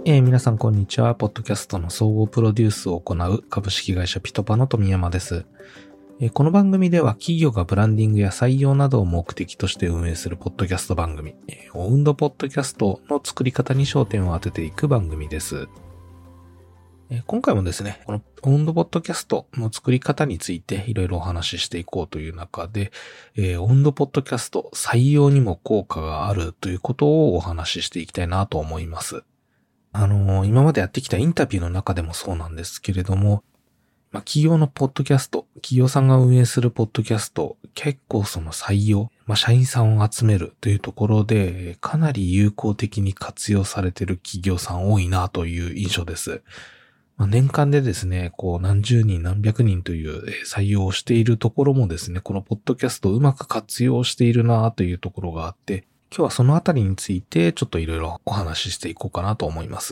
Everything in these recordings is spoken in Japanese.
皆さんこんにちは。ポッドキャストの総合プロデュースを行う株式会社ピトパの富山です。この番組では企業がブランディングや採用などを目的として運営するポッドキャスト番組、オウンドポッドキャストの作り方に焦点を当てていく番組です。今回もですね、このオウンドポッドキャストの作り方についていろいろお話ししていこうという中で、オウンドポッドキャスト採用にも効果があるということをお話ししていきたいなと思います。今までやってきたインタビューの中でもそうなんですけれども、企業のポッドキャスト、企業さんが運営するポッドキャスト、結構その採用、社員さんを集めるというところで、かなり有効的に活用されている企業さん多いなという印象です。年間でですね、何十人何百人という採用をしているところもですね、このポッドキャストをうまく活用しているなというところがあって、今日はそのあたりについてちょっといろいろお話ししていこうかなと思います。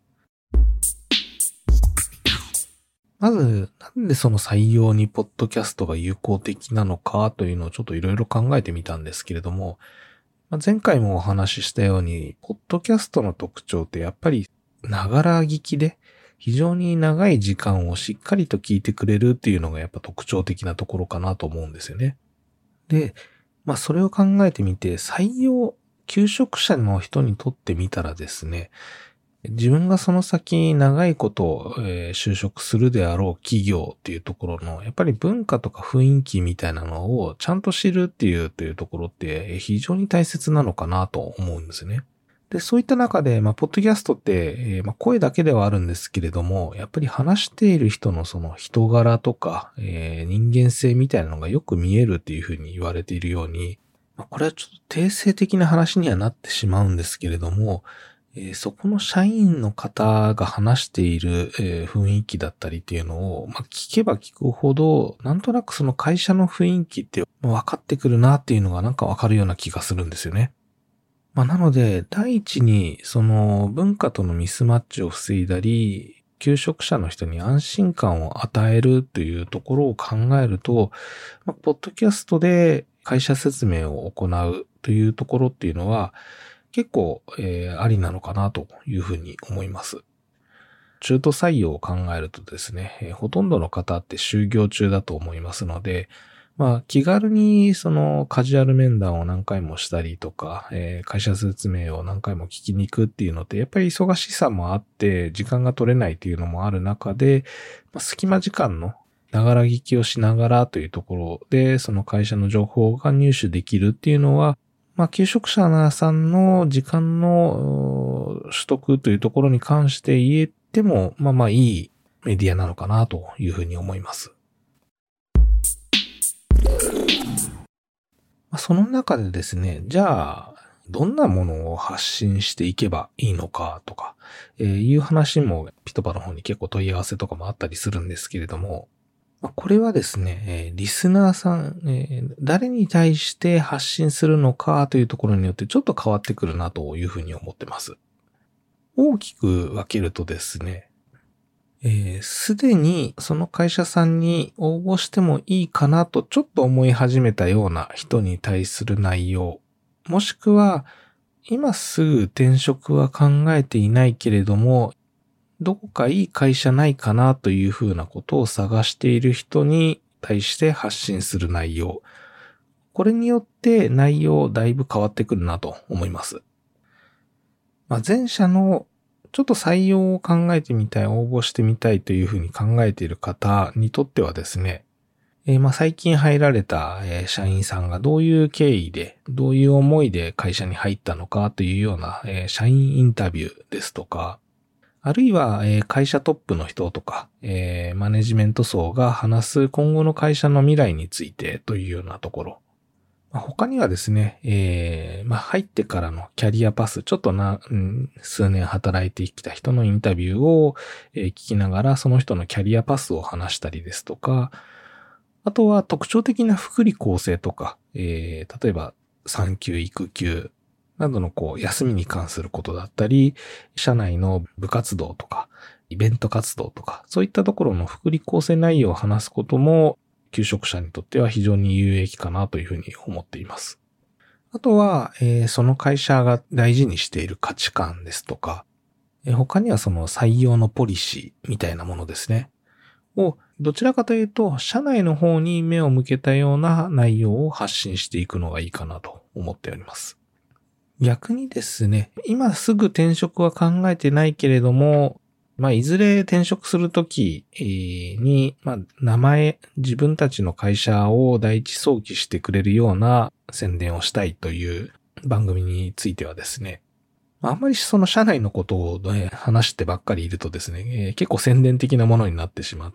まず、なんでその採用にポッドキャストが有効的なのかというのをちょっといろいろ考えてみたんですけれども、前回もお話ししたように、ポッドキャストの特徴ってやっぱりながら聞きで非常に長い時間をしっかりと聞いてくれるっていうのがやっぱ特徴的なところかなと思うんですよね。で、それを考えてみて、求職者の人にとってみたらですね、自分がその先長いこと、就職するであろう企業っていうところの、やっぱり文化とか雰囲気みたいなのをちゃんと知るっていうところって非常に大切なのかなと思うんですね。で、そういった中で、ポッドキャストって、声だけではあるんですけれども、やっぱり話している人のその人柄とか、人間性みたいなのがよく見えるっていうふうに言われているように、これはちょっと定性的な話にはなってしまうんですけれども、そこの社員の方が話している、雰囲気だったりっていうのを、聞けば聞くほど、なんとなくその会社の雰囲気って分かってくるなっていうのがなんか分かるような気がするんですよね。なので、第一に、その文化とのミスマッチを防いだり、求職者の人に安心感を与えるというところを考えると、ポッドキャストで会社説明を行うというところっていうのは、結構、ありなのかなというふうに思います。中途採用を考えるとですね、ほとんどの方って就業中だと思いますので、気軽にそのカジュアル面談を何回もしたりとか、会社説明を何回も聞きに行くっていうのってやっぱり忙しさもあって時間が取れないっていうのもある中で、隙間時間のながら聞きをしながらというところでその会社の情報が入手できるっていうのは、求職者さんの時間の取得というところに関して言えても、いいメディアなのかなというふうに思います。その中でですね、じゃあ、どんなものを発信していけばいいのかとか、いう話もピトパの方に結構問い合わせとかもあったりするんですけれども、これはですね、リスナーさん、誰に対して発信するのかというところによってちょっと変わってくるなというふうに思ってます。大きく分けるとですね、すでにその会社さんに応募してもいいかなとちょっと思い始めたような人に対する内容、もしくは今すぐ転職は考えていないけれども、どこかいい会社ないかなというふうなことを探している人に対して発信する内容。これによって内容だいぶ変わってくるなと思います。前者のちょっと採用を考えてみたい、応募してみたいというふうに考えている方にとってはですね、最近入られた社員さんがどういう経緯で、どういう思いで会社に入ったのかというような社員インタビューですとか、あるいは会社トップの人とか、マネジメント層が話す今後の会社の未来についてというようなところ。他にはですね、入ってからのキャリアパス、ちょっと数年働いてきた人のインタビューを聞きながら、その人のキャリアパスを話したりですとか、あとは特徴的な福利厚生とか、例えば産休育休などの休みに関することだったり、社内の部活動とか、イベント活動とか、そういったところの福利厚生内容を話すことも、求職者にとっては非常に有益かなというふうに思っています。あとは、その会社が大事にしている価値観ですとか、 他にはその採用のポリシーみたいなものですね。を、どちらかというと、社内の方に目を向けたような内容を発信していくのがいいかなと思っております。逆にですね、今すぐ転職は考えてないけれども、いずれ転職するときに、自分たちの会社を第一想起してくれるような宣伝をしたいという番組についてはですね、あんまりその社内のことを、話してばっかりいるとですね、結構宣伝的なものになってしまって、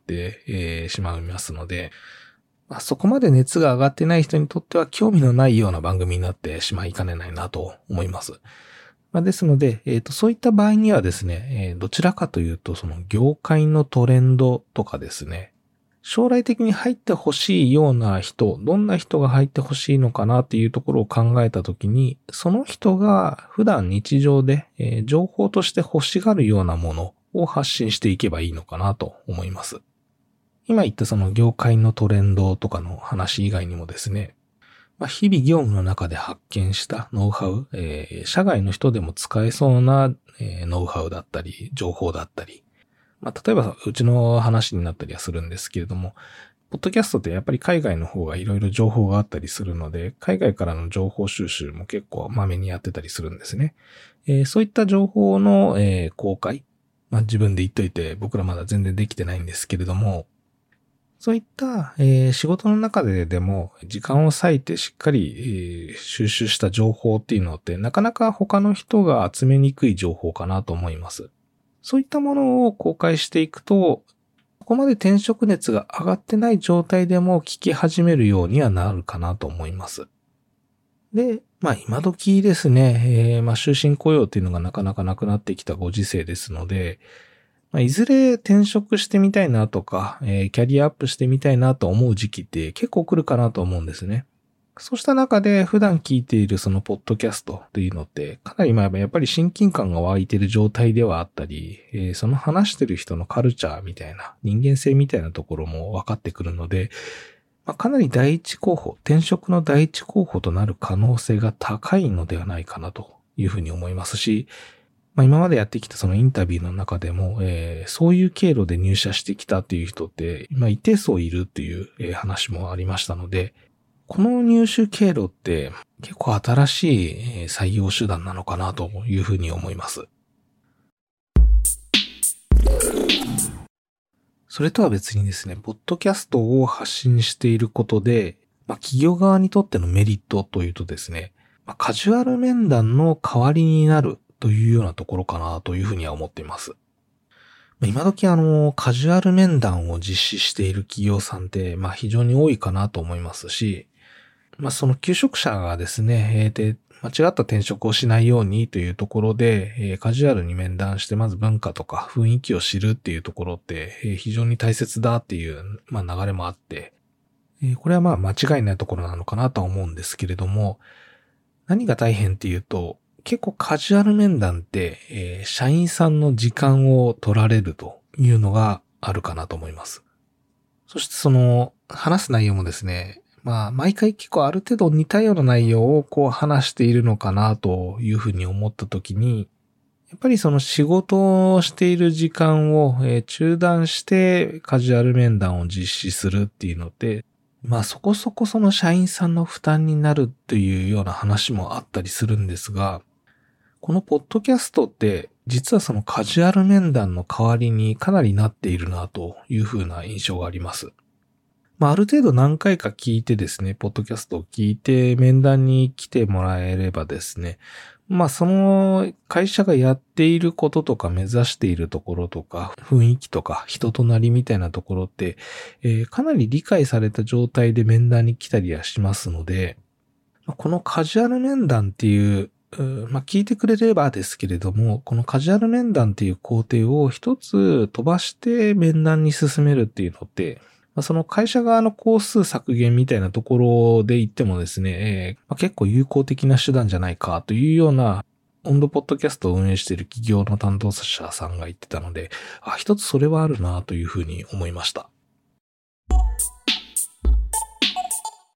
しまいますので、そこまで熱が上がってない人にとっては興味のないような番組になってしまいかねないなと思います。ですので、そういった場合にはですね、どちらかというと、その業界のトレンドとかですね、将来的に入ってほしいような人、どんな人が入ってほしいのかなっていうところを考えたときに、その人が普段日常で、情報として欲しがるようなものを発信していけばいいのかなと思います。今言ったその業界のトレンドとかの話以外にもですね、日々業務の中で発見したノウハウ、社外の人でも使えそうな、ノウハウだったり、情報だったり、例えばうちの話になったりはするんですけれども、ポッドキャストってやっぱり海外の方がいろいろ情報があったりするので、海外からの情報収集も結構まめにやってたりするんですね。そういった情報の、公開、自分で言っといて僕らまだ全然できてないんですけれども、そういった、仕事の中でも時間を割いてしっかり、収集した情報っていうのってなかなか他の人が集めにくい情報かなと思います。そういったものを公開していくと、ここまで転職熱が上がってない状態でも聞き始めるようにはなるかなと思います。で、今時ですね、終身雇用っていうのがなかなかなくなってきたご時世ですので、いずれ転職してみたいなとか、キャリアアップしてみたいなと思う時期って結構来るかなと思うんですね。そうした中で普段聞いているそのポッドキャストというのってかなりやっぱり親近感が湧いている状態ではあったり、その話してる人のカルチャーみたいな人間性みたいなところも分かってくるので、かなり第一候補、転職の第一候補となる可能性が高いのではないかなというふうに思いますし、今までやってきたそのインタビューの中でも、そういう経路で入社してきたっていう人って今一定数いるっていう、話もありましたので、この入手経路って結構新しい採用手段なのかなというふうに思います。それとは別にですね、ポッドキャストを発信していることで、企業側にとってのメリットというとですね、カジュアル面談の代わりになるというようなところかなというふうには思っています。今時カジュアル面談を実施している企業さんって、非常に多いかなと思いますし、その求職者がですね、間違った転職をしないようにというところで、カジュアルに面談してまず文化とか雰囲気を知るっていうところって、非常に大切だっていう、流れもあって、これは間違いないところなのかなとは思うんですけれども、何が大変っていうと、結構カジュアル面談って、社員さんの時間を取られるというのがあるかなと思います。そしてその話す内容もですね、毎回結構ある程度似たような内容を話しているのかなというふうに思ったときに、やっぱりその仕事をしている時間を中断してカジュアル面談を実施するっていうのって、そこそこその社員さんの負担になるっていうような話もあったりするんですが、このポッドキャストって実はそのカジュアル面談の代わりにかなりなっているなというふうな印象があります。ある程度何回か聞いてですね、ポッドキャストを聞いて面談に来てもらえればですね、その会社がやっていることとか目指しているところとか雰囲気とか人となりみたいなところって、かなり理解された状態で面談に来たりはしますので、このカジュアル面談っていう聞いてくれればですけれども、このカジュアル面談っていう工程を一つ飛ばして面談に進めるっていうのって、その会社側の工数削減みたいなところで言ってもですね、結構有効的な手段じゃないかというような、温度ポッドキャストを運営している企業の担当者さんが言ってたので、一つそれはあるなというふうに思いました。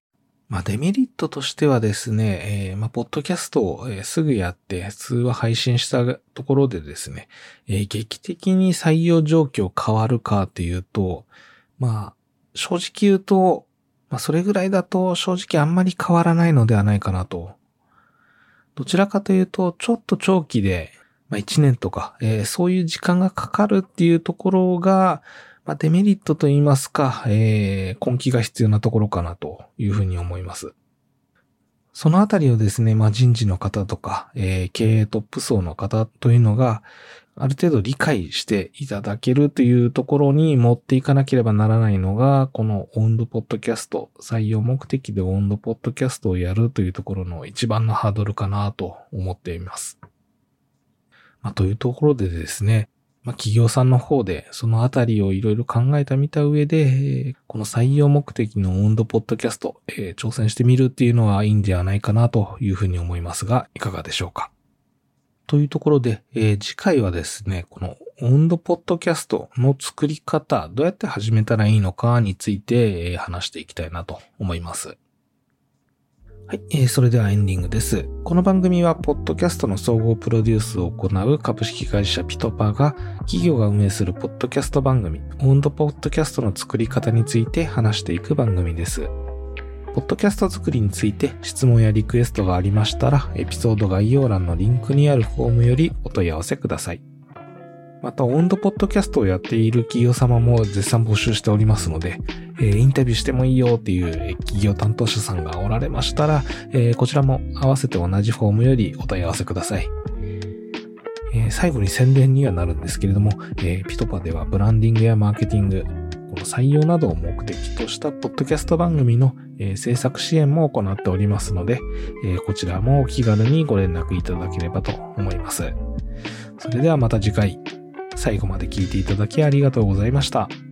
デメリットとしてはですね、ポッドキャストを、すぐやって通話配信したところでですね、劇的に採用状況変わるかっていうと、正直言うと、それぐらいだと正直あんまり変わらないのではないかなと。どちらかというと、ちょっと長期で、1年とか、そういう時間がかかるっていうところが、デメリットと言いますか、根気が必要なところかなというふうに思います。そのあたりをですね、人事の方とか、経営トップ層の方というのが、ある程度理解していただけるというところに持っていかなければならないのが、このオウンドポッドキャスト、採用目的でオウンドポッドキャストをやるというところの一番のハードルかなと思っています。というところでですね、企業さんの方でそのあたりをいろいろ考えてみた上で、この採用目的のオウンドポッドキャスト、挑戦してみるっていうのはいいんではないかなというふうに思いますが、いかがでしょうか。というところで、次回はですね、このオウンドポッドキャストの作り方、どうやって始めたらいいのかについて、話していきたいなと思います。はい、それではエンディングです。この番組はポッドキャストの総合プロデュースを行う株式会社ピトパが企業が運営するポッドキャスト番組、オウンドポッドキャストの作り方について話していく番組です。ポッドキャスト作りについて質問やリクエストがありましたら、エピソード概要欄のリンクにあるフォームよりお問い合わせください。また、オウンドポッドキャストをやっている企業様も絶賛募集しておりますので、インタビューしてもいいよっていう企業担当者さんがおられましたら、こちらも合わせて同じフォームよりお問い合わせください。最後に宣伝にはなるんですけれども、ピトパではブランディングやマーケティング、この採用などを目的としたポッドキャスト番組の、制作支援も行っておりますので、こちらもお気軽にご連絡いただければと思います。それではまた次回、最後まで聞いていただきありがとうございました。